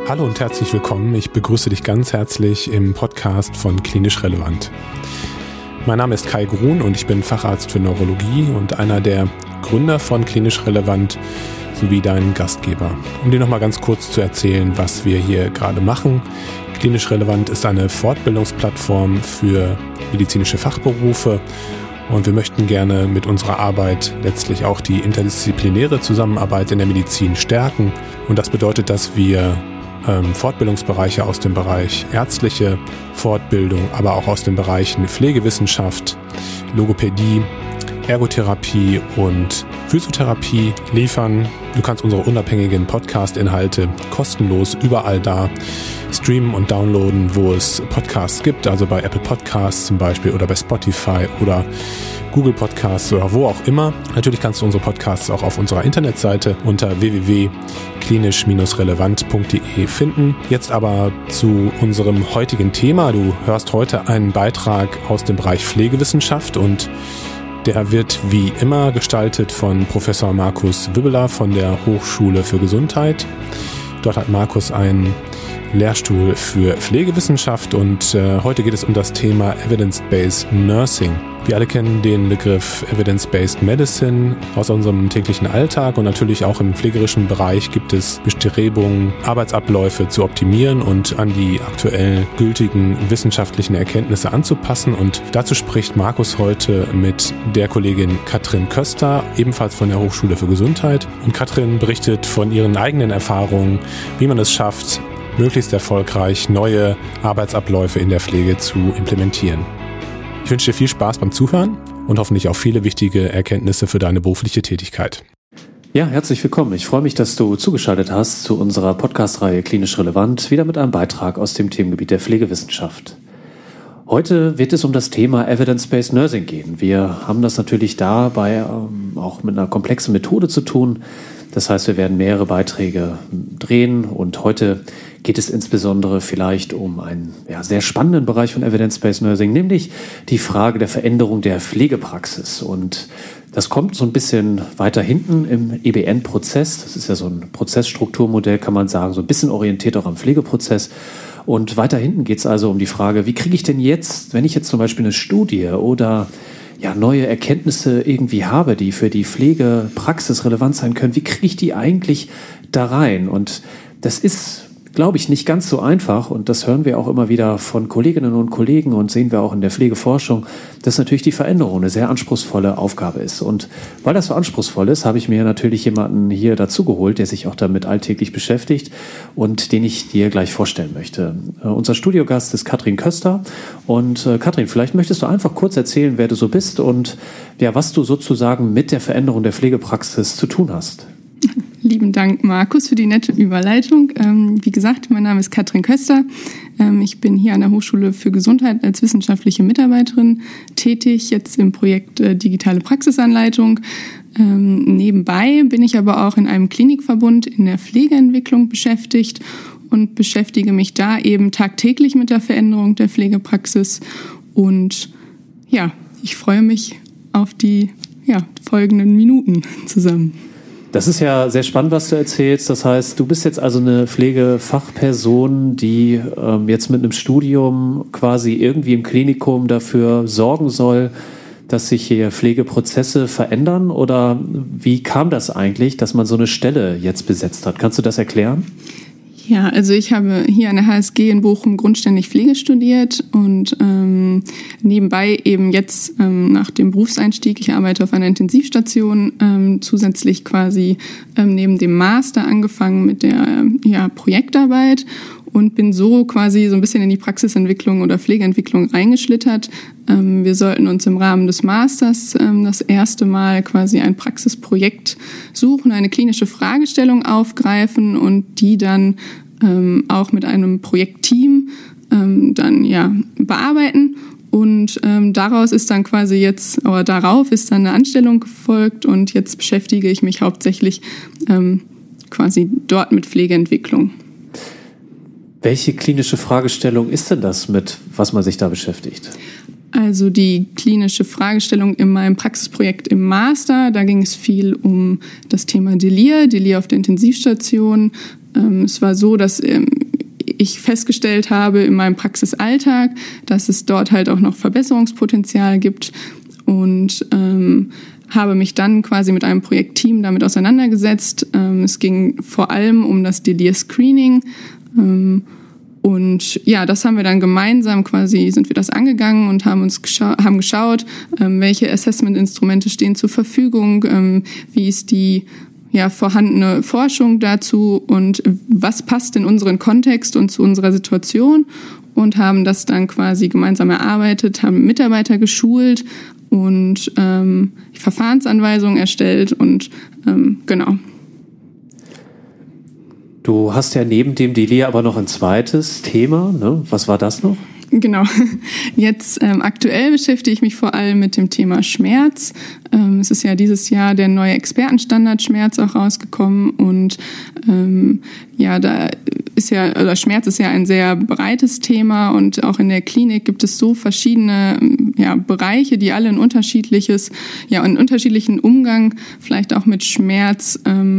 Hallo und herzlich willkommen. Ich begrüße dich ganz herzlich im Podcast von Klinisch Relevant. Mein Name ist Kai Grun und ich bin Facharzt für Neurologie und einer der Gründer von Klinisch Relevant sowie dein Gastgeber. Um dir nochmal ganz kurz zu erzählen, was wir hier gerade machen. Klinisch Relevant ist eine Fortbildungsplattform für medizinische Fachberufe und wir möchten gerne mit unserer Arbeit letztlich auch die interdisziplinäre Zusammenarbeit in der Medizin stärken. Und das bedeutet, dass wir Fortbildungsbereiche aus dem Bereich ärztliche Fortbildung, aber auch aus den Bereichen Pflegewissenschaft, Logopädie, Ergotherapie und Physiotherapie liefern. Du kannst unsere unabhängigen Podcast-Inhalte kostenlos überall da streamen und downloaden, wo es Podcasts gibt, also bei Apple Podcasts zum Beispiel oder bei Spotify oder Google Podcasts oder wo auch immer. Natürlich kannst du unsere Podcasts auch auf unserer Internetseite unter www.klinisch-relevant.de finden. Jetzt aber zu unserem heutigen Thema. Du hörst heute einen Beitrag aus dem Bereich Pflegewissenschaft und der wird wie immer gestaltet von Professor Markus Wibbeler von der Hochschule für Gesundheit. Dort hat Markus einen Lehrstuhl für Pflegewissenschaft und heute geht es um das Thema Evidence-Based Nursing. Wir alle kennen den Begriff Evidence-Based Medicine aus unserem täglichen Alltag und natürlich auch im pflegerischen Bereich gibt es Bestrebungen, Arbeitsabläufe zu optimieren und an die aktuell gültigen wissenschaftlichen Erkenntnisse anzupassen. Und dazu spricht Markus heute mit der Kollegin Katrin Köster, ebenfalls von der Hochschule für Gesundheit. Und Katrin berichtet von ihren eigenen Erfahrungen, wie man es schafft, möglichst erfolgreich neue Arbeitsabläufe in der Pflege zu implementieren. Ich wünsche dir viel Spaß beim Zuhören und hoffentlich auch viele wichtige Erkenntnisse für deine berufliche Tätigkeit. Ja, herzlich willkommen. Ich freue mich, dass du zugeschaltet hast zu unserer Podcast-Reihe Klinisch Relevant, wieder mit einem Beitrag aus dem Themengebiet der Pflegewissenschaft. Heute wird es um das Thema Evidence-Based Nursing gehen. Wir haben das natürlich dabei auch mit einer komplexen Methode zu tun. Das heißt, wir werden mehrere Beiträge drehen und heute geht es insbesondere vielleicht um einen sehr spannenden Bereich von Evidence-Based Nursing, nämlich die Frage der Veränderung der Pflegepraxis. Und das kommt so ein bisschen weiter hinten im EBN-Prozess. Das ist ja so ein Prozessstrukturmodell, kann man sagen, so ein bisschen orientiert auch am Pflegeprozess. Und weiter hinten geht es also um die Frage, wie kriege ich denn jetzt, wenn ich jetzt zum Beispiel eine Studie oder neue Erkenntnisse irgendwie habe, die für die Pflegepraxis relevant sein können, wie kriege ich die eigentlich da rein? Und das ist, glaube ich, nicht ganz so einfach und das hören wir auch immer wieder von Kolleginnen und Kollegen und sehen wir auch in der Pflegeforschung, dass natürlich die Veränderung eine sehr anspruchsvolle Aufgabe ist. Und weil das so anspruchsvoll ist, habe ich mir natürlich jemanden hier dazu geholt, der sich auch damit alltäglich beschäftigt und den ich dir gleich vorstellen möchte. Unser Studiogast ist Katrin Köster und Katrin, vielleicht möchtest du einfach kurz erzählen, wer du so bist und was du sozusagen mit der Veränderung der Pflegepraxis zu tun hast. Lieben Dank, Markus, für die nette Überleitung. Wie gesagt, mein Name ist Katrin Köster. Ich bin hier an der Hochschule für Gesundheit als wissenschaftliche Mitarbeiterin tätig, jetzt im Projekt Digitale Praxisanleitung. Nebenbei bin ich aber auch in einem Klinikverbund in der Pflegeentwicklung beschäftigt und beschäftige mich da eben tagtäglich mit der Veränderung der Pflegepraxis. Und ich freue mich auf die folgenden Minuten zusammen. Das ist ja sehr spannend, was du erzählst. Das heißt, du bist jetzt also eine Pflegefachperson, die jetzt mit einem Studium quasi irgendwie im Klinikum dafür sorgen soll, dass sich hier Pflegeprozesse verändern? Oder wie kam das eigentlich, dass man so eine Stelle jetzt besetzt hat? Kannst du das erklären? Ja, also ich habe hier an der HSG in Bochum grundständig Pflege studiert und nebenbei eben jetzt nach dem Berufseinstieg, ich arbeite auf einer Intensivstation, zusätzlich quasi neben dem Master angefangen mit der Projektarbeit und bin so quasi so ein bisschen in die Praxisentwicklung oder Pflegeentwicklung reingeschlittert. Wir sollten uns im Rahmen des Masters das erste Mal quasi ein Praxisprojekt suchen, eine klinische Fragestellung aufgreifen und die dann auch mit einem Projektteam dann bearbeiten. Und darauf ist dann eine Anstellung gefolgt und jetzt beschäftige ich mich hauptsächlich quasi dort mit Pflegeentwicklung. Welche klinische Fragestellung ist denn das, mit was man sich da beschäftigt? Also die klinische Fragestellung in meinem Praxisprojekt im Master, da ging es viel um das Thema Delir auf der Intensivstation, Es war so, dass ich festgestellt habe in meinem Praxisalltag, dass es dort halt auch noch Verbesserungspotenzial gibt und habe mich dann quasi mit einem Projektteam damit auseinandergesetzt. Es ging vor allem um das Delir-Screening. Und ja, das haben wir dann gemeinsam sind wir das angegangen und haben geschaut, welche Assessment-Instrumente stehen zur Verfügung, wie ist die vorhandene Forschung dazu und was passt in unseren Kontext und zu unserer Situation, und haben das dann quasi gemeinsam erarbeitet, haben Mitarbeiter geschult und Verfahrensanweisungen erstellt und genau. Du hast ja neben dem Delir aber noch ein zweites Thema, ne? Was war das noch? Genau. Jetzt aktuell beschäftige ich mich vor allem mit dem Thema Schmerz. Es ist ja dieses Jahr der neue Expertenstandard Schmerz auch rausgekommen und Schmerz ist ja ein sehr breites Thema und auch in der Klinik gibt es so verschiedene Bereiche, die alle einen unterschiedlichen Umgang vielleicht auch mit Schmerz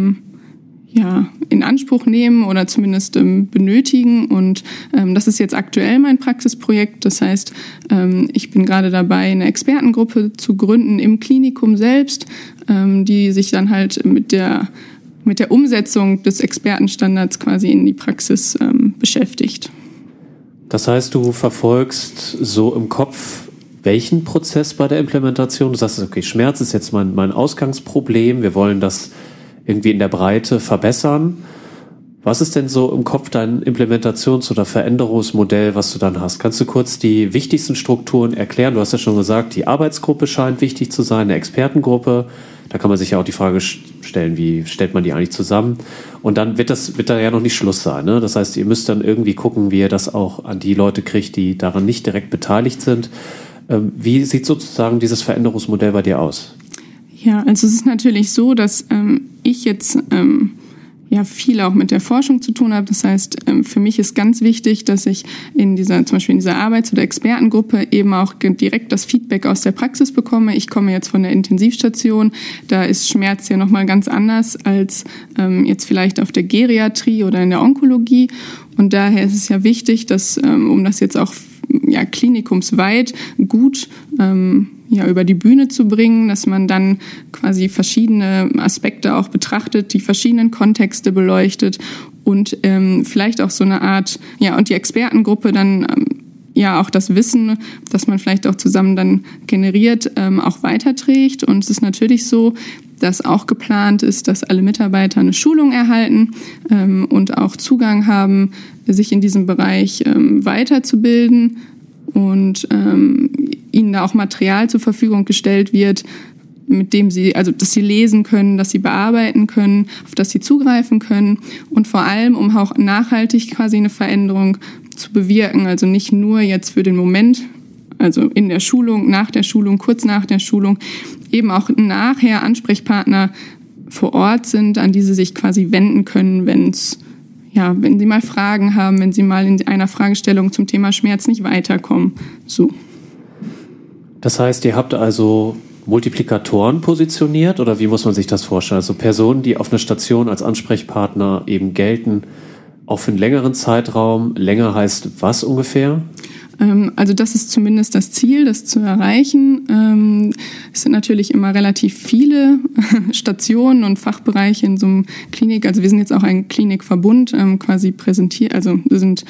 in Anspruch nehmen oder zumindest benötigen. Und das ist jetzt aktuell mein Praxisprojekt. Das heißt, ich bin gerade dabei, eine Expertengruppe zu gründen im Klinikum selbst, die sich dann halt mit der Umsetzung des Expertenstandards quasi in die Praxis beschäftigt. Das heißt, du verfolgst so im Kopf welchen Prozess bei der Implementation? Du sagst, okay, Schmerz ist jetzt mein Ausgangsproblem, wir wollen das irgendwie in der Breite verbessern. Was ist denn so im Kopf dein Implementations- oder Veränderungsmodell, was du dann hast? Kannst du kurz die wichtigsten Strukturen erklären? Du hast ja schon gesagt, die Arbeitsgruppe scheint wichtig zu sein, eine Expertengruppe. Da kann man sich ja auch die Frage stellen, wie stellt man die eigentlich zusammen? Und dann wird da ja noch nicht Schluss sein, ne? Das heißt, ihr müsst dann irgendwie gucken, wie ihr das auch an die Leute kriegt, die daran nicht direkt beteiligt sind. Wie sieht sozusagen dieses Veränderungsmodell bei dir aus? Ja, also es ist natürlich so, dass ich jetzt viel auch mit der Forschung zu tun habe. Das heißt, für mich ist ganz wichtig, dass ich zum Beispiel in dieser Arbeits- oder Expertengruppe eben auch direkt das Feedback aus der Praxis bekomme. Ich komme jetzt von der Intensivstation. Da ist Schmerz ja nochmal ganz anders als jetzt vielleicht auf der Geriatrie oder in der Onkologie. Und daher ist es ja wichtig, dass, um das jetzt auch klinikumsweit gut über die Bühne zu bringen, dass man dann quasi verschiedene Aspekte auch betrachtet, die verschiedenen Kontexte beleuchtet und vielleicht auch so eine Art, und die Expertengruppe dann auch das Wissen, das man vielleicht auch zusammen dann generiert, auch weiterträgt. Und es ist natürlich so, dass auch geplant ist, dass alle Mitarbeiter eine Schulung erhalten und auch Zugang haben, sich in diesem Bereich weiterzubilden und ihnen da auch Material zur Verfügung gestellt wird, mit dem dass sie lesen können, dass sie bearbeiten können, auf das sie zugreifen können und vor allem, um auch nachhaltig quasi eine Veränderung zu bewirken, also nicht nur jetzt für den Moment, also in der Schulung, nach der Schulung, kurz nach der Schulung, eben auch nachher Ansprechpartner vor Ort sind, an die sie sich quasi wenden können, wenn sie mal Fragen haben, wenn sie mal in einer Fragestellung zum Thema Schmerz nicht weiterkommen. So. Das heißt, ihr habt also Multiplikatoren positioniert oder wie muss man sich das vorstellen? Also Personen, die auf einer Station als Ansprechpartner eben gelten, auch für einen längeren Zeitraum. Länger heißt was ungefähr? Also das ist zumindest das Ziel, das zu erreichen. Es sind natürlich immer relativ viele Stationen und Fachbereiche in so einem Klinik. Also wir sind jetzt auch ein Klinikverbund quasi präsentiert. Also wir sind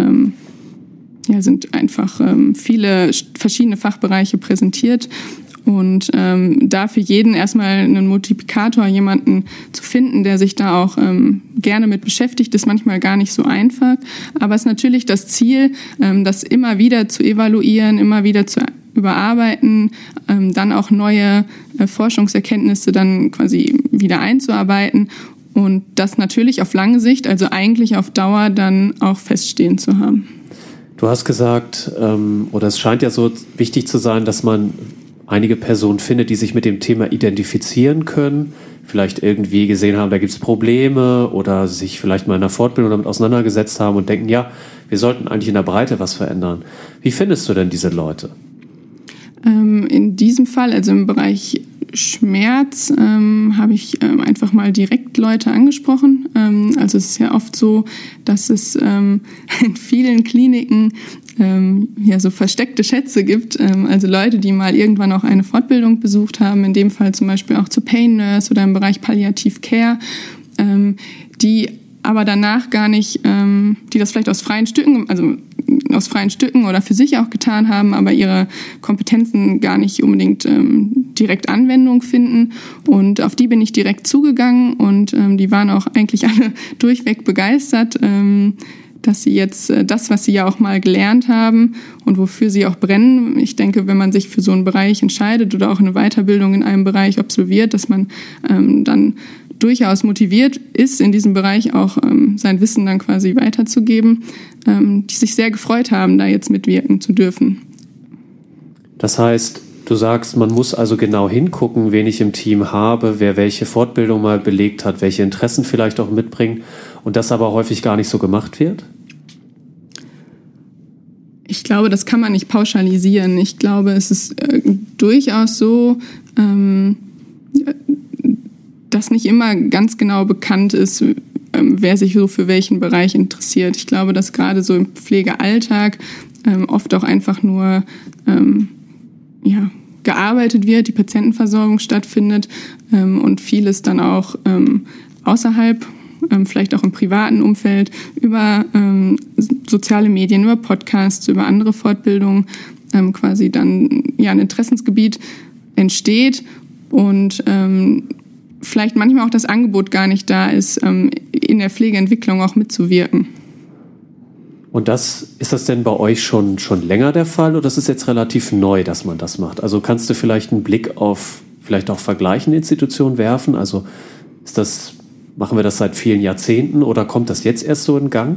einfach viele verschiedene Fachbereiche präsentiert. Und da für jeden erstmal einen Multiplikator, jemanden zu finden, der sich da auch gerne mit beschäftigt, ist manchmal gar nicht so einfach. Aber es ist natürlich das Ziel, das immer wieder zu evaluieren, immer wieder zu überarbeiten, dann auch neue Forschungserkenntnisse dann quasi wieder einzuarbeiten und das natürlich auf lange Sicht, also eigentlich auf Dauer dann auch feststehen zu haben. Du hast gesagt, oder es scheint ja so wichtig zu sein, dass man einige Personen findet, die sich mit dem Thema identifizieren können, vielleicht irgendwie gesehen haben, da gibt es Probleme oder sich vielleicht mal in einer Fortbildung damit auseinandergesetzt haben und denken, ja, wir sollten eigentlich in der Breite was verändern. Wie findest du denn diese Leute? In diesem Fall, also im Bereich Schmerz habe ich einfach mal direkt Leute angesprochen. Also es ist ja oft so, dass es in vielen Kliniken so versteckte Schätze gibt. Also Leute, die mal irgendwann auch eine Fortbildung besucht haben, in dem Fall zum Beispiel auch zur Pain Nurse oder im Bereich Palliativ Care, die aber danach gar nicht, die das vielleicht aus freien Stücken oder für sich auch getan haben, aber ihre Kompetenzen gar nicht unbedingt direkt Anwendung finden. Und auf die bin ich direkt zugegangen und die waren auch eigentlich alle durchweg begeistert, dass sie jetzt das, was sie ja auch mal gelernt haben und wofür sie auch brennen, ich denke, wenn man sich für so einen Bereich entscheidet oder auch eine Weiterbildung in einem Bereich absolviert, dass man dann durchaus motiviert ist, in diesem Bereich auch sein Wissen dann quasi weiterzugeben, die sich sehr gefreut haben, da jetzt mitwirken zu dürfen. Das heißt, du sagst, man muss also genau hingucken, wen ich im Team habe, wer welche Fortbildung mal belegt hat, welche Interessen vielleicht auch mitbringt und das aber häufig gar nicht so gemacht wird? Ich glaube, das kann man nicht pauschalisieren. Ich glaube, es ist durchaus so, dass nicht immer ganz genau bekannt ist, wer sich so für welchen Bereich interessiert. Ich glaube, dass gerade so im Pflegealltag oft auch einfach nur gearbeitet wird, die Patientenversorgung stattfindet und vieles dann auch außerhalb, vielleicht auch im privaten Umfeld, über soziale Medien, über Podcasts, über andere Fortbildungen quasi dann ein Interessensgebiet entsteht und vielleicht manchmal auch das Angebot gar nicht da ist, in der Pflegeentwicklung auch mitzuwirken. Und ist das denn bei euch schon länger der Fall oder ist es jetzt relativ neu, dass man das macht? Also kannst du vielleicht einen Blick auf vielleicht auch vergleichende Institutionen werfen? Also machen wir das seit vielen Jahrzehnten oder kommt das jetzt erst so in Gang?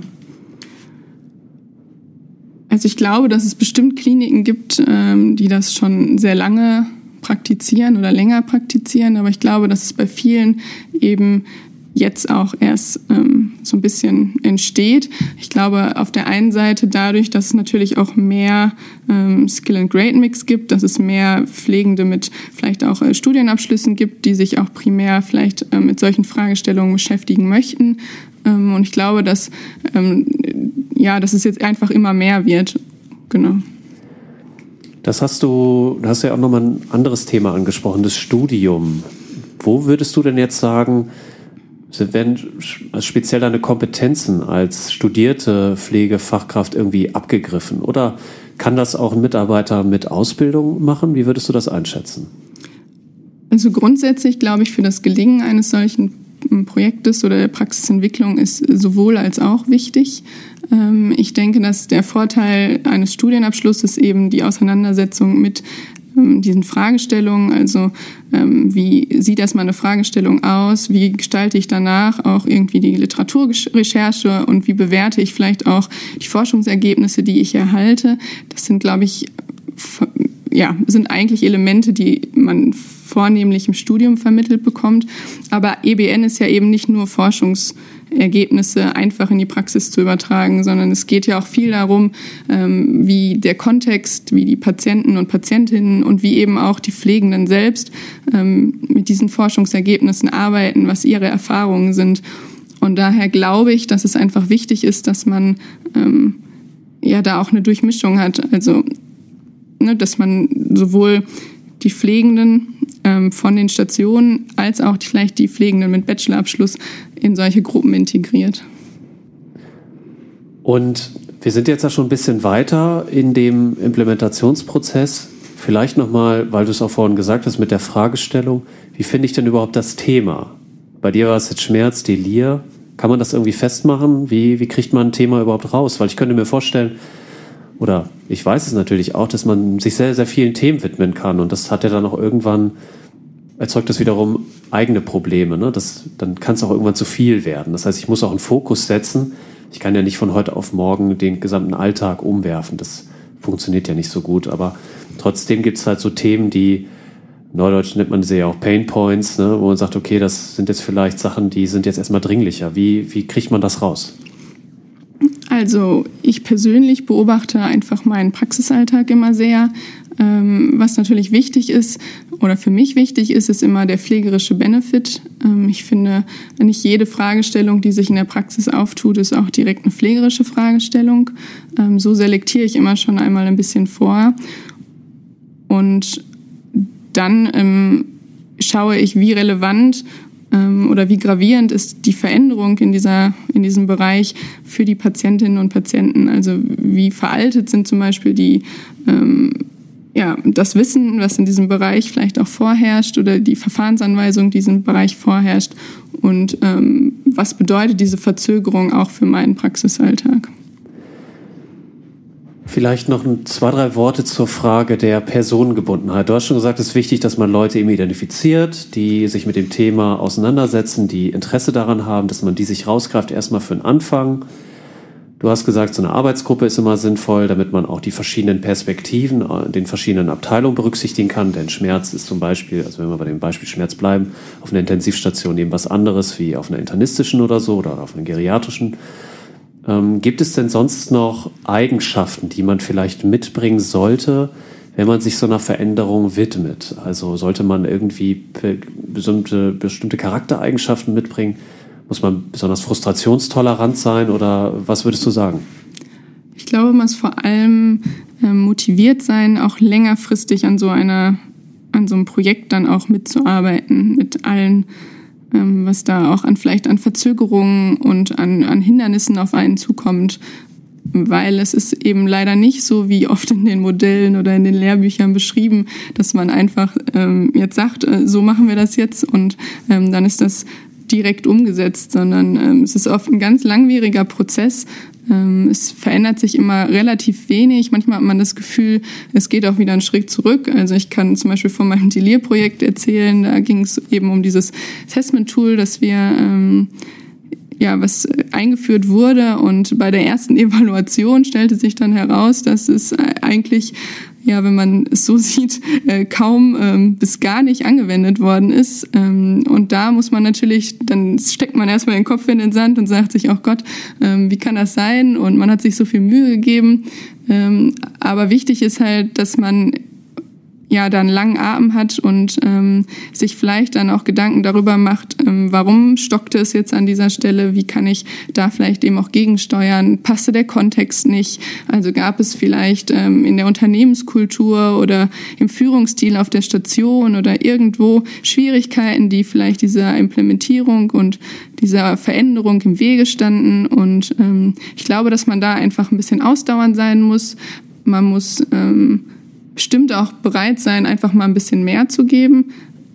Also ich glaube, dass es bestimmt Kliniken gibt, die das schon sehr lange praktizieren oder länger praktizieren, aber ich glaube, dass es bei vielen eben jetzt auch erst so ein bisschen entsteht. Ich glaube, auf der einen Seite dadurch, dass es natürlich auch mehr Skill-and-Grade-Mix gibt, dass es mehr Pflegende mit vielleicht auch Studienabschlüssen gibt, die sich auch primär vielleicht mit solchen Fragestellungen beschäftigen möchten. Und ich glaube, dass es jetzt einfach immer mehr wird. Genau. Du hast ja auch nochmal ein anderes Thema angesprochen, das Studium. Wo würdest du denn jetzt sagen, werden speziell deine Kompetenzen als studierte Pflegefachkraft irgendwie abgegriffen? Oder kann das auch ein Mitarbeiter mit Ausbildung machen? Wie würdest du das einschätzen? Also grundsätzlich glaube ich, für das Gelingen eines solchen Projektes oder der Praxisentwicklung ist sowohl als auch wichtig. Ich denke, dass der Vorteil eines Studienabschlusses eben die Auseinandersetzung mit diesen Fragestellungen, also wie sieht erstmal eine Fragestellung aus, wie gestalte ich danach auch irgendwie die Literaturrecherche und wie bewerte ich vielleicht auch die Forschungsergebnisse, die ich erhalte. Das sind, glaube ich, sind eigentlich Elemente, die man vornehmlich im Studium vermittelt bekommt. Aber EBN ist ja eben nicht nur Forschungsergebnisse einfach in die Praxis zu übertragen, sondern es geht ja auch viel darum, wie der Kontext, wie die Patienten und Patientinnen und wie eben auch die Pflegenden selbst mit diesen Forschungsergebnissen arbeiten, was ihre Erfahrungen sind. Und daher glaube ich, dass es einfach wichtig ist, dass man da auch eine Durchmischung hat. Also, dass man sowohl die Pflegenden von den Stationen als auch vielleicht die Pflegenden mit Bachelorabschluss in solche Gruppen integriert. Und wir sind jetzt ja schon ein bisschen weiter in dem Implementationsprozess. Vielleicht nochmal, weil du es auch vorhin gesagt hast, mit der Fragestellung, wie finde ich denn überhaupt das Thema? Bei dir war es jetzt Schmerz, Delir. Kann man das irgendwie festmachen? Wie kriegt man ein Thema überhaupt raus? Weil ich könnte mir vorstellen, oder ich weiß es natürlich auch, dass man sich sehr, sehr vielen Themen widmen kann. Und das hat ja dann auch irgendwann, erzeugt das wiederum eigene Probleme. Ne? Dann kann es auch irgendwann zu viel werden. Das heißt, ich muss auch einen Fokus setzen. Ich kann ja nicht von heute auf morgen den gesamten Alltag umwerfen. Das funktioniert ja nicht so gut. Aber trotzdem gibt es halt so Themen, die, neudeutsch nennt man sie ja auch Pain Points, ne? Wo man sagt, okay, das sind jetzt vielleicht Sachen, die sind jetzt erstmal dringlicher. Wie kriegt man das raus? Also ich persönlich beobachte einfach meinen Praxisalltag immer sehr. Was natürlich wichtig ist oder für mich wichtig ist, ist immer der pflegerische Benefit. Ich finde, nicht jede Fragestellung, die sich in der Praxis auftut, ist auch direkt eine pflegerische Fragestellung. So selektiere ich immer schon einmal ein bisschen vor. Und dann schaue ich, wie relevant oder wie gravierend ist die Veränderung in diesem Bereich für die Patientinnen und Patienten. Also wie veraltet sind zum Beispiel das Wissen, was in diesem Bereich vielleicht auch vorherrscht oder die Verfahrensanweisung, die in diesem Bereich vorherrscht und was bedeutet diese Verzögerung auch für meinen Praxisalltag. Vielleicht noch 2, 3 Worte zur Frage der Personengebundenheit. Du hast schon gesagt, es ist wichtig, dass man Leute eben identifiziert, die sich mit dem Thema auseinandersetzen, die Interesse daran haben, dass man die sich rausgreift, erstmal für den Anfang. Du hast gesagt, so eine Arbeitsgruppe ist immer sinnvoll, damit man auch die verschiedenen Perspektiven den verschiedenen Abteilungen berücksichtigen kann. Denn Schmerz ist zum Beispiel, also wenn wir bei dem Beispiel Schmerz bleiben, auf einer Intensivstation eben was anderes wie auf einer internistischen oder so oder auf einer geriatrischen. Gibt es denn sonst noch Eigenschaften, die man vielleicht mitbringen sollte, wenn man sich so einer Veränderung widmet? Also sollte man irgendwie bestimmte Charaktereigenschaften mitbringen? Muss man besonders frustrationstolerant sein oder was würdest du sagen? Ich glaube, man muss vor allem motiviert sein, auch längerfristig an so einem Projekt dann auch mitzuarbeiten, mit allen was da auch vielleicht an Verzögerungen und an Hindernissen auf einen zukommt. Weil es ist eben leider nicht so, wie oft in den Modellen oder in den Lehrbüchern beschrieben, dass man einfach jetzt sagt, so machen wir das jetzt und dann ist das direkt umgesetzt, sondern es ist oft ein ganz langwieriger Prozess. Es verändert sich immer relativ wenig. Manchmal hat man das Gefühl, es geht auch wieder einen Schritt zurück. Also ich kann zum Beispiel von meinem Delir-Projekt erzählen. Da ging es eben um dieses Assessment-Tool, das wir was eingeführt wurde. Und bei der ersten Evaluation stellte sich dann heraus, dass es eigentlich, wenn man es so sieht, kaum bis gar nicht angewendet worden ist. Und da muss man natürlich, dann steckt man erstmal den Kopf in den Sand und sagt sich, oh Gott, wie kann das sein? Und man hat sich so viel Mühe gegeben. Aber wichtig ist halt, dass man da einen langen Atem hat und sich vielleicht dann auch Gedanken darüber macht, warum stockte es jetzt an dieser Stelle, wie kann ich da vielleicht eben auch gegensteuern, passte der Kontext nicht, also gab es vielleicht in der Unternehmenskultur oder im Führungsstil auf der Station oder irgendwo Schwierigkeiten, die vielleicht dieser Implementierung und dieser Veränderung im Wege standen und ich glaube, dass man da einfach ein bisschen ausdauernd sein muss, man muss bestimmt auch bereit sein, einfach mal ein bisschen mehr zu geben.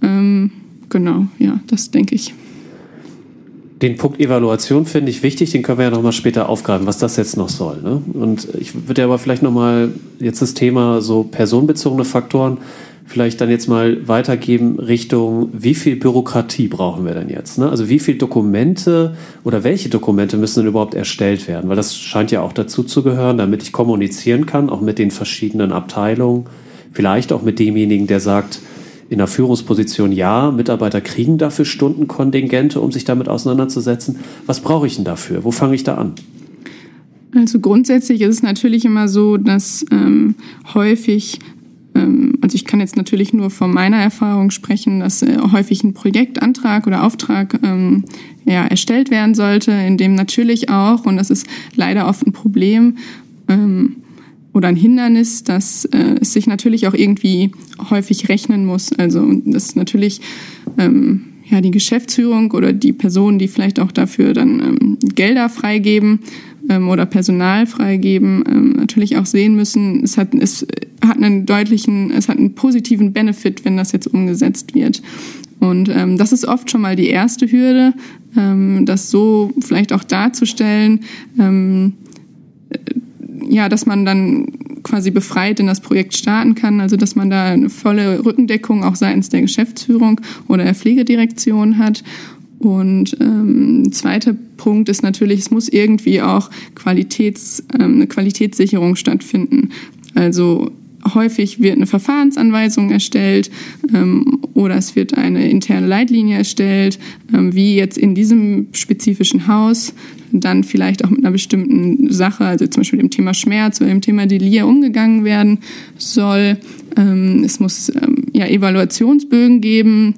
Das denke ich. Den Punkt Evaluation finde ich wichtig, den können wir ja nochmal später aufgreifen, was das jetzt noch soll. Ne? Und ich würde ja aber vielleicht nochmal jetzt das Thema so personenbezogene Faktoren vielleicht dann jetzt mal weitergeben Richtung, wie viel Bürokratie brauchen wir denn jetzt? Ne? Also wie viele Dokumente oder welche Dokumente müssen denn überhaupt erstellt werden? Weil das scheint ja auch dazu zu gehören, damit ich kommunizieren kann, auch mit den verschiedenen Abteilungen, vielleicht auch mit demjenigen, der sagt, in der Führungsposition, ja, Mitarbeiter kriegen dafür Stundenkontingente, um sich damit auseinanderzusetzen. Was brauche ich denn dafür? Wo fange ich da an? Also grundsätzlich ist es natürlich immer so, dass häufig, also ich kann jetzt natürlich nur von meiner Erfahrung sprechen, dass häufig ein Projektantrag oder Auftrag erstellt werden sollte, in dem natürlich auch, und das ist leider oft ein Problem, oder ein Hindernis, dass es sich natürlich auch irgendwie häufig rechnen muss. Also das natürlich die Geschäftsführung oder die Personen, die vielleicht auch dafür dann Gelder freigeben oder Personal freigeben, natürlich auch sehen müssen, es hat einen positiven Benefit, wenn das jetzt umgesetzt wird. Und das ist oft schon mal die erste Hürde, das so vielleicht auch darzustellen, dass man dann quasi befreit in das Projekt starten kann, also dass man da eine volle Rückendeckung auch seitens der Geschäftsführung oder der Pflegedirektion hat. Und zweiter Punkt ist natürlich, es muss irgendwie auch eine Qualitätssicherung stattfinden. Also häufig wird eine Verfahrensanweisung erstellt oder es wird eine interne Leitlinie erstellt, wie jetzt in diesem spezifischen Haus dann vielleicht auch mit einer bestimmten Sache, also zum Beispiel dem Thema Schmerz oder dem Thema Delir umgegangen werden soll. Es muss Evaluationsbögen geben.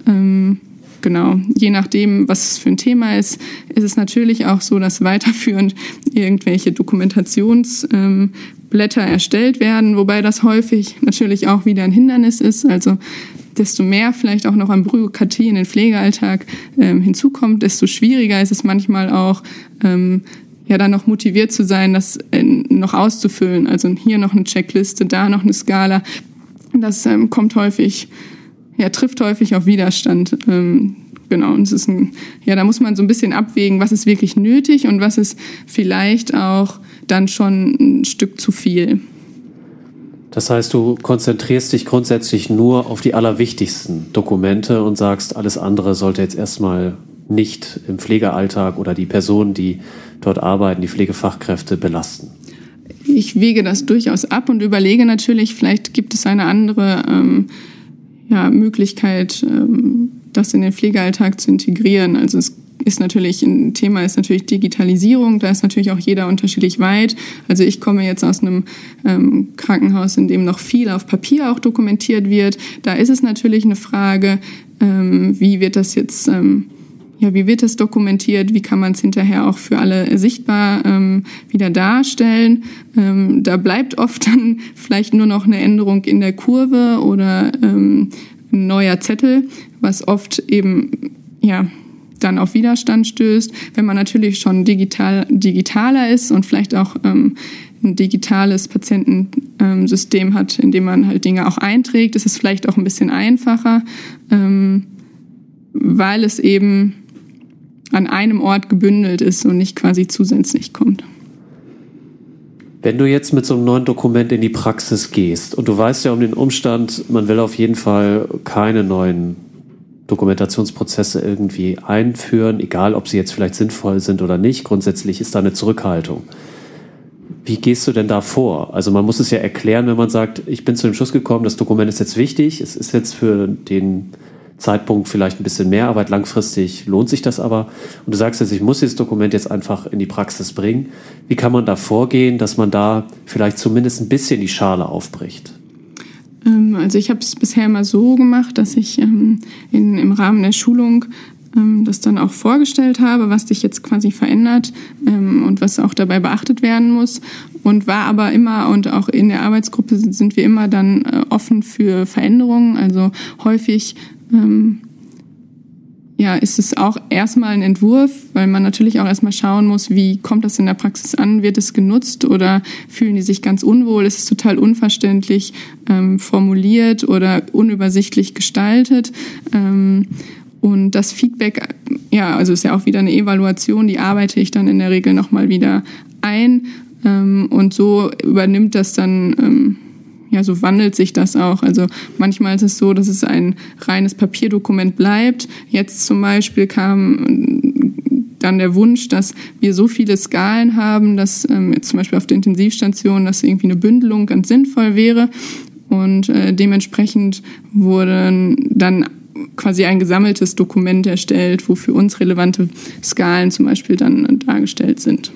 Genau, je nachdem, was es für ein Thema ist es natürlich auch so, dass weiterführend irgendwelche Dokumentationsblätter erstellt werden, wobei das häufig natürlich auch wieder ein Hindernis ist. Also desto mehr vielleicht auch noch an Bürokratie in den Pflegealltag hinzukommt, desto schwieriger ist es manchmal auch, dann noch motiviert zu sein, das noch auszufüllen. Also hier noch eine Checkliste, da noch eine Skala. Das trifft häufig auf Widerstand. Genau, und es ist da muss man so ein bisschen abwägen, was ist wirklich nötig und was ist vielleicht auch dann schon ein Stück zu viel. Das heißt, du konzentrierst dich grundsätzlich nur auf die allerwichtigsten Dokumente und sagst, alles andere sollte jetzt erstmal nicht im Pflegealltag oder die Personen, die dort arbeiten, die Pflegefachkräfte belasten. Ich wege das durchaus ab und überlege natürlich, vielleicht gibt es eine andere Möglichkeit, das in den Pflegealltag zu integrieren. Also es ist natürlich ein Thema, ist natürlich Digitalisierung, da ist natürlich auch jeder unterschiedlich weit. Also ich komme jetzt aus einem Krankenhaus, in dem noch viel auf Papier auch dokumentiert wird. Da ist es natürlich eine Frage, wie wird das jetzt wie wird das dokumentiert, wie kann man es hinterher auch für alle sichtbar wieder darstellen. Da bleibt oft dann vielleicht nur noch eine Änderung in der Kurve oder ein neuer Zettel, was oft eben dann auf Widerstand stößt. Wenn man natürlich schon digitaler ist und vielleicht auch ein digitales Patientensystem hat, in dem man halt Dinge auch einträgt, ist es vielleicht auch ein bisschen einfacher, weil es eben an einem Ort gebündelt ist und nicht quasi zusätzlich kommt. Wenn du jetzt mit so einem neuen Dokument in die Praxis gehst und du weißt ja um den Umstand, man will auf jeden Fall keine neuen Dokumentationsprozesse irgendwie einführen, egal ob sie jetzt vielleicht sinnvoll sind oder nicht, grundsätzlich ist da eine Zurückhaltung. Wie gehst du denn da vor? Also man muss es ja erklären, wenn man sagt, ich bin zu dem Schluss gekommen, das Dokument ist jetzt wichtig, es ist jetzt für den Zeitpunkt vielleicht ein bisschen mehr Arbeit, langfristig lohnt sich das aber. Und du sagst jetzt, ich muss dieses Dokument jetzt einfach in die Praxis bringen. Wie kann man da vorgehen, dass man da vielleicht zumindest ein bisschen die Schale aufbricht? Also ich habe es bisher immer so gemacht, dass ich im Rahmen der Schulung das dann auch vorgestellt habe, was sich jetzt quasi verändert und was auch dabei beachtet werden muss. Und war aber immer, und auch in der Arbeitsgruppe sind wir immer dann offen für Veränderungen. Also häufig ist es auch erstmal ein Entwurf, weil man natürlich auch erstmal schauen muss, wie kommt das in der Praxis an, wird es genutzt oder fühlen die sich ganz unwohl, ist es total unverständlich formuliert oder unübersichtlich gestaltet. Und das Feedback, also ist ja auch wieder eine Evaluation, die arbeite ich dann in der Regel nochmal wieder ein und so übernimmt das dann so wandelt sich das auch. Also manchmal ist es so, dass es ein reines Papierdokument bleibt. Jetzt zum Beispiel kam dann der Wunsch, dass wir so viele Skalen haben, dass jetzt zum Beispiel auf der Intensivstation, dass irgendwie eine Bündelung ganz sinnvoll wäre. Und dementsprechend wurde dann quasi ein gesammeltes Dokument erstellt, wo für uns relevante Skalen zum Beispiel dann dargestellt sind.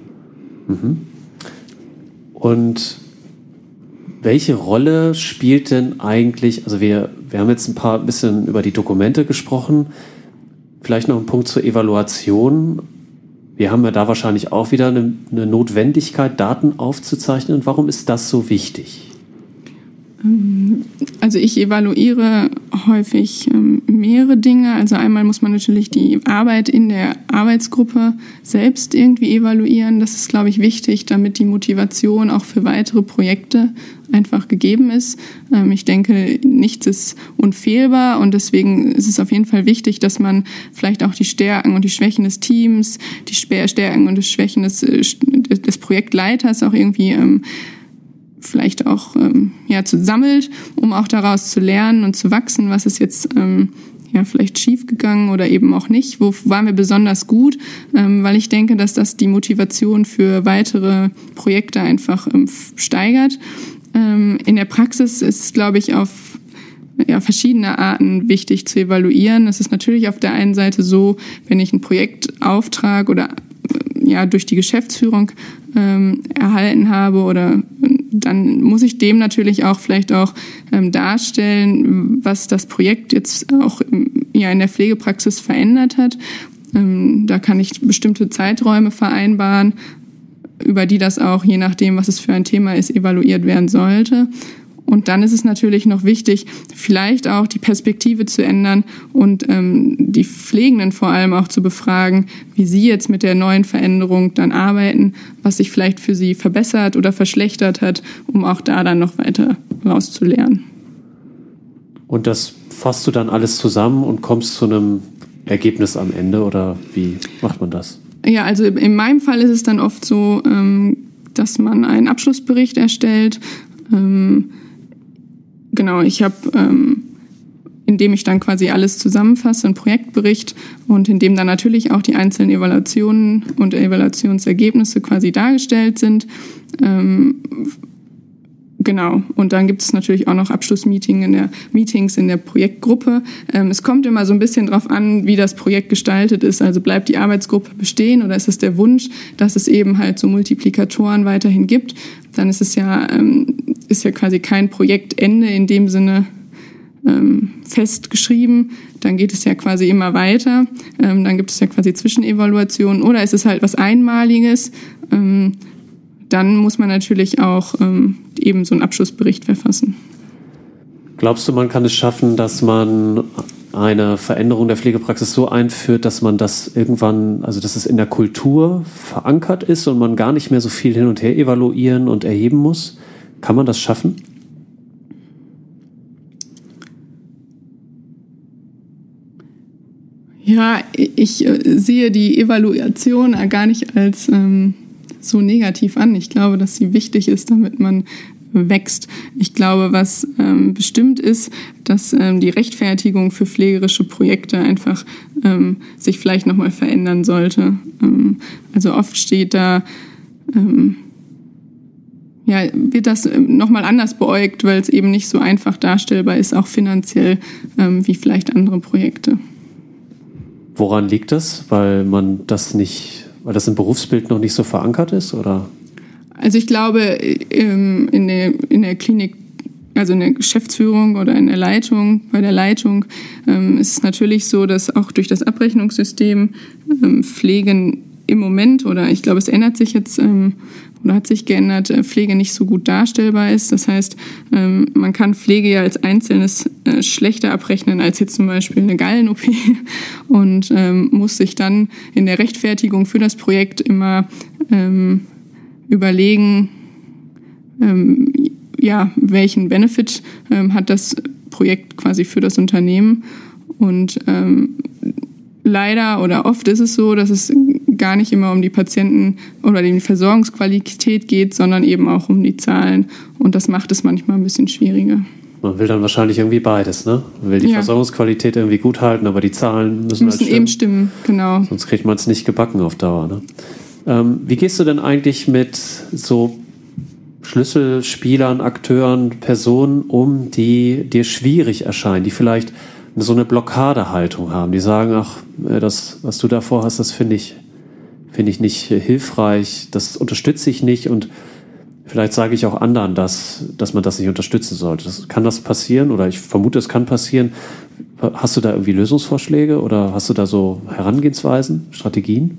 Und welche Rolle spielt denn eigentlich, also wir haben jetzt ein bisschen über die Dokumente gesprochen, vielleicht noch ein Punkt zur Evaluation. Wir haben ja da wahrscheinlich auch wieder eine Notwendigkeit, Daten aufzuzeichnen. Warum ist das so wichtig? Also ich evaluiere häufig mehrere Dinge. Also einmal muss man natürlich die Arbeit in der Arbeitsgruppe selbst irgendwie evaluieren. Das ist, glaube ich, wichtig, damit die Motivation auch für weitere Projekte einfach gegeben ist. Ich denke, nichts ist unfehlbar und deswegen ist es auf jeden Fall wichtig, dass man vielleicht auch die Stärken und die Schwächen des Teams, die Stärken und die Schwächen des Projektleiters auch irgendwie vielleicht auch sammelt, um auch daraus zu lernen und zu wachsen, was ist jetzt vielleicht schiefgegangen oder eben auch nicht, wo waren wir besonders gut, weil ich denke, dass das die Motivation für weitere Projekte einfach steigert. In der Praxis ist es, glaube ich, auf verschiedene Arten wichtig zu evaluieren. Es ist natürlich auf der einen Seite so, wenn ich einen Projektauftrag oder durch die Geschäftsführung erhalten habe, oder dann muss ich dem natürlich auch vielleicht auch darstellen, was das Projekt jetzt auch in der Pflegepraxis verändert hat. Da kann ich bestimmte Zeiträume vereinbaren, über die das auch, je nachdem, was es für ein Thema ist, evaluiert werden sollte. Und dann ist es natürlich noch wichtig, vielleicht auch die Perspektive zu ändern und die Pflegenden vor allem auch zu befragen, wie sie jetzt mit der neuen Veränderung dann arbeiten, was sich vielleicht für sie verbessert oder verschlechtert hat, um auch da dann noch weiter rauszulernen. Und das fasst du dann alles zusammen und kommst zu einem Ergebnis am Ende, oder wie macht man das? Ja, also in meinem Fall ist es dann oft so, dass man einen Abschlussbericht erstellt. Ich habe, indem ich dann quasi alles zusammenfasse, einen Projektbericht, und in dem dann natürlich auch die einzelnen Evaluationen und Evaluationsergebnisse quasi dargestellt sind. Und dann gibt es natürlich auch noch Abschlussmeetings in der Projektgruppe. Es kommt immer so ein bisschen drauf an, wie das Projekt gestaltet ist. Also bleibt die Arbeitsgruppe bestehen, oder ist es der Wunsch, dass es eben halt so Multiplikatoren weiterhin gibt? Dann ist es ja quasi kein Projektende in dem Sinne festgeschrieben. Dann geht es ja quasi immer weiter. Dann gibt es ja quasi Zwischenevaluationen. Oder ist es halt was Einmaliges? Dann muss man natürlich auch eben so einen Abschlussbericht verfassen. Glaubst du, man kann es schaffen, dass man eine Veränderung der Pflegepraxis so einführt, dass man das irgendwann, also dass es in der Kultur verankert ist und man gar nicht mehr so viel hin und her evaluieren und erheben muss? Kann man das schaffen? Ja, ich sehe die Evaluation gar nicht als so negativ an. Ich glaube, dass sie wichtig ist, damit man wächst. Ich glaube, was bestimmt ist, dass die Rechtfertigung für pflegerische Projekte einfach sich vielleicht nochmal verändern sollte. Also oft steht da, wird das nochmal anders beäugt, weil es eben nicht so einfach darstellbar ist, auch finanziell, wie vielleicht andere Projekte. Woran liegt das? Weil das im Berufsbild noch nicht so verankert ist, oder? Also ich glaube, in der Klinik, also in der Geschäftsführung oder in der Leitung, bei der Leitung ist es natürlich so, dass auch durch das Abrechnungssystem Pflegen im Moment, oder ich glaube, es ändert sich jetzt oder hat sich geändert, Pflege nicht so gut darstellbar ist. Das heißt, man kann Pflege ja als Einzelnes schlechter abrechnen als jetzt zum Beispiel eine Gallen-OP und muss sich dann in der Rechtfertigung für das Projekt immer überlegen, welchen Benefit hat das Projekt quasi für das Unternehmen. Und leider oder oft ist es so, dass es gar nicht immer um die Patienten oder die Versorgungsqualität geht, sondern eben auch um die Zahlen. Und das macht es manchmal ein bisschen schwieriger. Man will dann wahrscheinlich irgendwie beides, ne? Man will die Versorgungsqualität irgendwie gut halten, aber die Zahlen müssen halt eben stimmen, genau. Sonst kriegt man es nicht gebacken auf Dauer, ne? Wie gehst du denn eigentlich mit so Schlüsselspielern, Akteuren, Personen um, die dir schwierig erscheinen, die vielleicht so eine Blockadehaltung haben, die sagen, ach, das, was du da vorhast, das finde ich nicht hilfreich, das unterstütze ich nicht, und vielleicht sage ich auch anderen, dass man das nicht unterstützen sollte. Kann das passieren, oder ich vermute, es kann passieren. Hast du da irgendwie Lösungsvorschläge oder hast du da so Herangehensweisen, Strategien?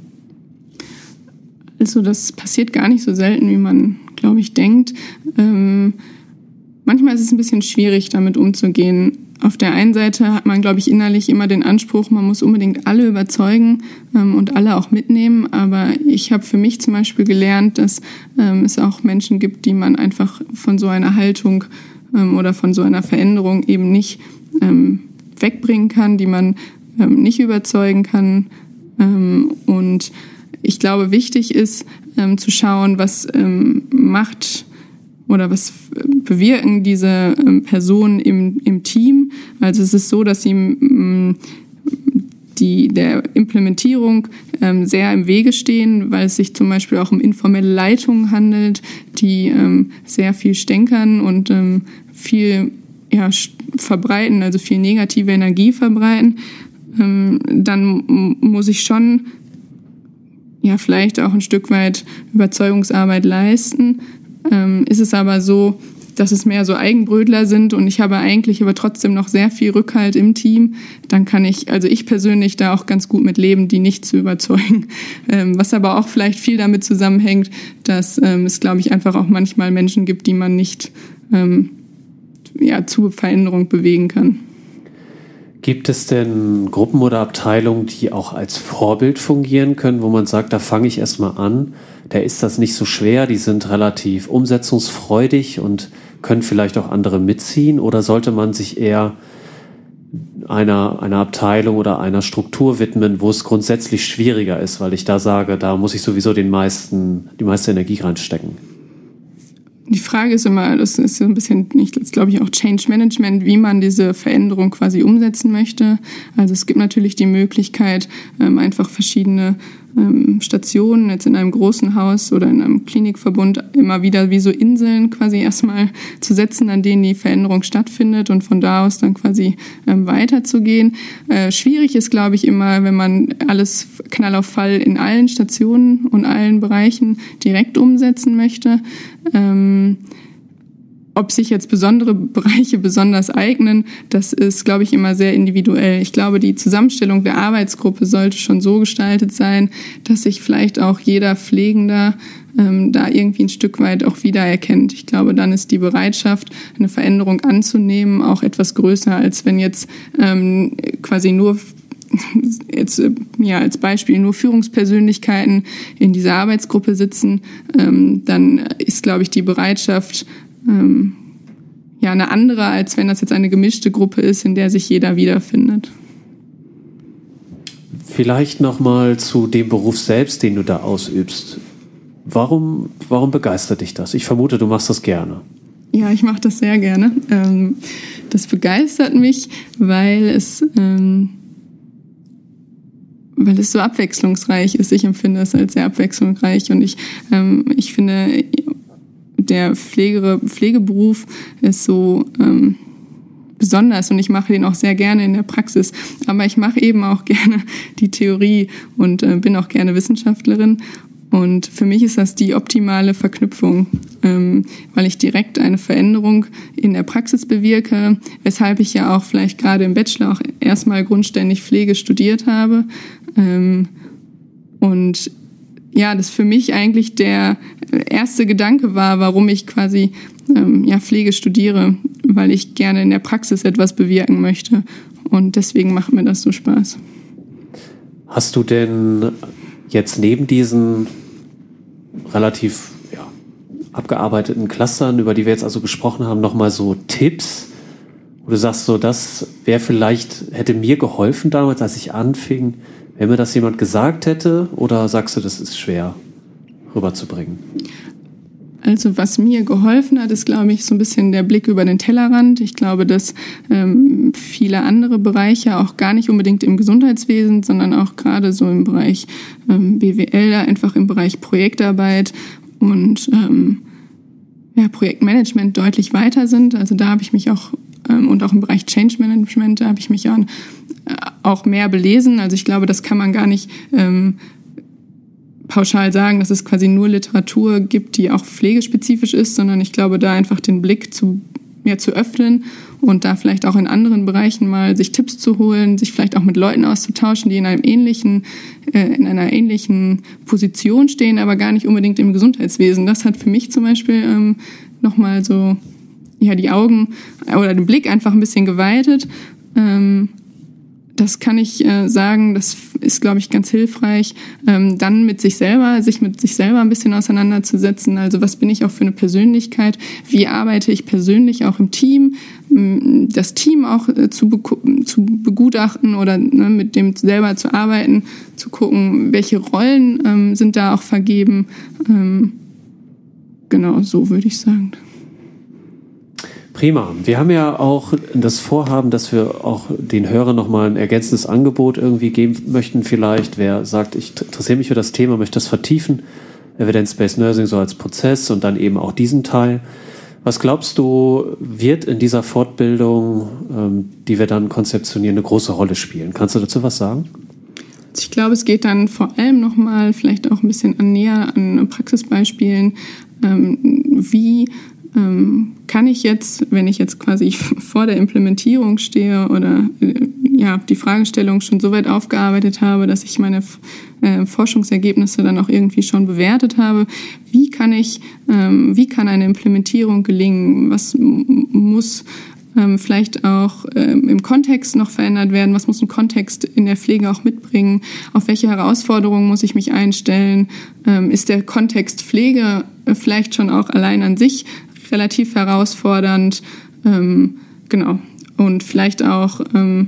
Also das passiert gar nicht so selten, wie man, glaube ich, denkt. Manchmal ist es ein bisschen schwierig, damit umzugehen. Auf der einen Seite hat man, glaube ich, innerlich immer den Anspruch, man muss unbedingt alle überzeugen und alle auch mitnehmen. Aber ich habe für mich zum Beispiel gelernt, dass es auch Menschen gibt, die man einfach von so einer Haltung oder von so einer Veränderung eben nicht wegbringen kann, die man nicht überzeugen kann. Und ich glaube, wichtig ist zu schauen, was macht oder was bewirken diese Personen im Team. Also es ist so, dass sie der Implementierung sehr im Wege stehen, weil es sich zum Beispiel auch um informelle Leitungen handelt, die sehr viel stänkern und viel verbreiten, also viel negative Energie verbreiten. Dann muss ich schon vielleicht auch ein Stück weit Überzeugungsarbeit leisten. Ist es aber so, dass es mehr so Eigenbrötler sind und ich habe eigentlich aber trotzdem noch sehr viel Rückhalt im Team, dann kann ich persönlich da auch ganz gut mit leben, die nicht zu überzeugen. Was aber auch vielleicht viel damit zusammenhängt, dass es, glaube ich, einfach auch manchmal Menschen gibt, die man nicht zur Veränderung bewegen kann. Gibt es denn Gruppen oder Abteilungen, die auch als Vorbild fungieren können, wo man sagt, da fange ich erstmal an, da ist das nicht so schwer, die sind relativ umsetzungsfreudig und können vielleicht auch andere mitziehen? Oder sollte man sich eher einer Abteilung oder einer Struktur widmen, wo es grundsätzlich schwieriger ist, weil ich da sage, da muss ich sowieso die meiste Energie reinstecken? Die Frage ist immer, das ist so ein bisschen, glaube ich, auch Change Management, wie man diese Veränderung quasi umsetzen möchte. Also es gibt natürlich die Möglichkeit, einfach verschiedene Stationen jetzt in einem großen Haus oder in einem Klinikverbund immer wieder wie so Inseln quasi erstmal zu setzen, an denen die Veränderung stattfindet und von da aus dann quasi weiterzugehen. Schwierig ist, glaube ich, immer, wenn man alles Knall auf Fall in allen Stationen und allen Bereichen direkt umsetzen möchte. Ob sich jetzt besondere Bereiche besonders eignen, das ist, glaube ich, immer sehr individuell. Ich glaube, die Zusammenstellung der Arbeitsgruppe sollte schon so gestaltet sein, dass sich vielleicht auch jeder Pflegender da irgendwie ein Stück weit auch wiedererkennt. Ich glaube, dann ist die Bereitschaft, eine Veränderung anzunehmen, auch etwas größer, als wenn jetzt quasi nur als Beispiel nur Führungspersönlichkeiten in dieser Arbeitsgruppe sitzen, dann ist, glaube ich, die Bereitschaft eine andere, als wenn das jetzt eine gemischte Gruppe ist, in der sich jeder wiederfindet. Vielleicht nochmal zu dem Beruf selbst, den du da ausübst. Warum begeistert dich das? Ich vermute, du machst das gerne. Ja, ich mache das sehr gerne. Das begeistert mich, weil es so abwechslungsreich ist. Ich empfinde es als sehr abwechslungsreich und ich finde, der Pflegeberuf ist so besonders und ich mache den auch sehr gerne in der Praxis. Aber ich mache eben auch gerne die Theorie und bin auch gerne Wissenschaftlerin. Und für mich ist das die optimale Verknüpfung, weil ich direkt eine Veränderung in der Praxis bewirke, weshalb ich ja auch vielleicht gerade im Bachelor auch erstmal grundständig Pflege studiert habe. Und ja, das für mich eigentlich der erste Gedanke war, warum ich quasi Pflege studiere, weil ich gerne in der Praxis etwas bewirken möchte. Und deswegen macht mir das so Spaß. Hast du denn jetzt neben diesen relativ abgearbeiteten Clustern, über die wir jetzt also gesprochen haben, nochmal so Tipps, wo du sagst, so das hätte mir geholfen damals, als ich anfing, wenn mir das jemand gesagt hätte, oder sagst du, das ist schwer rüberzubringen? Also was mir geholfen hat, ist, glaube ich, so ein bisschen der Blick über den Tellerrand. Ich glaube, dass viele andere Bereiche, auch gar nicht unbedingt im Gesundheitswesen, sondern auch gerade so im Bereich BWL, einfach im Bereich Projektarbeit und Projektmanagement deutlich weiter sind. Also da habe ich mich auch, und auch im Bereich Change Management, da habe ich mich auch mehr belesen. Also ich glaube, das kann man gar nicht pauschal sagen, dass es quasi nur Literatur gibt, die auch pflegespezifisch ist, sondern ich glaube, da einfach den Blick zu öffnen und da vielleicht auch in anderen Bereichen mal sich Tipps zu holen, sich vielleicht auch mit Leuten auszutauschen, die in einer ähnlichen Position stehen, aber gar nicht unbedingt im Gesundheitswesen. Das hat für mich zum Beispiel nochmal so die Augen oder den Blick einfach ein bisschen geweitet. Das kann ich sagen, das ist, glaube ich, ganz hilfreich, dann sich mit sich selber ein bisschen auseinanderzusetzen. Also was bin ich auch für eine Persönlichkeit? Wie arbeite ich persönlich auch im Team? Das Team auch zu begutachten oder mit dem selber zu arbeiten, zu gucken, welche Rollen sind da auch vergeben. Genau, so würde ich sagen. Prima. Wir haben ja auch das Vorhaben, dass wir auch den Hörern nochmal ein ergänzendes Angebot irgendwie geben möchten. Vielleicht, wer sagt, ich interessiere mich für das Thema, möchte das vertiefen. Evidence-Based Nursing so als Prozess und dann eben auch diesen Teil. Was glaubst du, wird in dieser Fortbildung, die wir dann konzeptionieren, eine große Rolle spielen? Kannst du dazu was sagen? Ich glaube, es geht dann vor allem nochmal vielleicht auch ein bisschen näher an Praxisbeispielen. Wie kann ich jetzt, wenn ich jetzt quasi vor der Implementierung stehe oder die Fragestellung schon so weit aufgearbeitet habe, dass ich meine Forschungsergebnisse dann auch irgendwie schon bewertet habe, wie kann eine Implementierung gelingen? Was muss vielleicht auch im Kontext noch verändert werden? Was muss ein Kontext in der Pflege auch mitbringen? Auf welche Herausforderungen muss ich mich einstellen? Ist der Kontext Pflege vielleicht schon auch allein an sich relativ herausfordernd? Genau. Und vielleicht auch,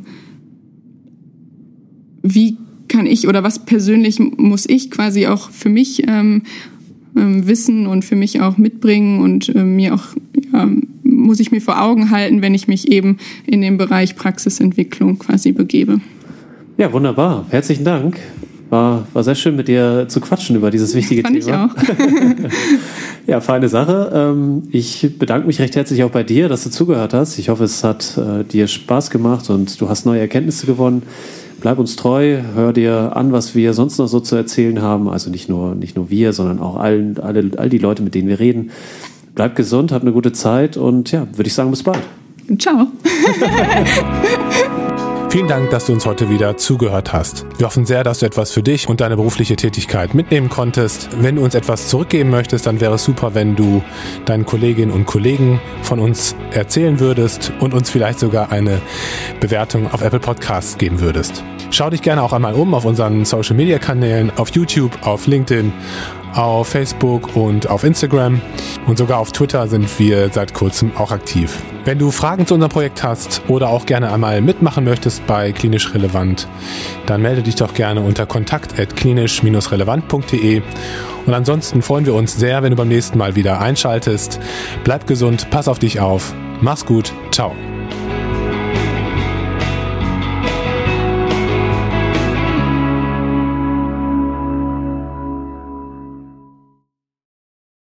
wie kann ich oder was persönlich muss ich quasi auch für mich wissen und für mich auch mitbringen und mir auch muss ich mir vor Augen halten, wenn ich mich eben in den Bereich Praxisentwicklung quasi begebe. Ja, wunderbar. Herzlichen Dank. War sehr schön, mit dir zu quatschen über dieses wichtige Thema. Fand ich auch. Ja, feine Sache. Ich bedanke mich recht herzlich auch bei dir, dass du zugehört hast. Ich hoffe, es hat dir Spaß gemacht und du hast neue Erkenntnisse gewonnen. Bleib uns treu, hör dir an, was wir sonst noch so zu erzählen haben. Also nicht nur wir, sondern auch all die Leute, mit denen wir reden. Bleib gesund, hab eine gute Zeit und ja, würde ich sagen, bis bald. Ciao. Vielen Dank, dass du uns heute wieder zugehört hast. Wir hoffen sehr, dass du etwas für dich und deine berufliche Tätigkeit mitnehmen konntest. Wenn du uns etwas zurückgeben möchtest, dann wäre es super, wenn du deinen Kolleginnen und Kollegen von uns erzählen würdest und uns vielleicht sogar eine Bewertung auf Apple Podcasts geben würdest. Schau dich gerne auch einmal um auf unseren Social-Media-Kanälen, auf YouTube, auf LinkedIn, auf Facebook und auf Instagram und sogar auf Twitter sind wir seit kurzem auch aktiv. Wenn du Fragen zu unserem Projekt hast oder auch gerne einmal mitmachen möchtest bei Klinisch Relevant, dann melde dich doch gerne unter kontakt@klinisch-relevant.de und ansonsten freuen wir uns sehr, wenn du beim nächsten Mal wieder einschaltest. Bleib gesund, pass auf dich auf, mach's gut, ciao.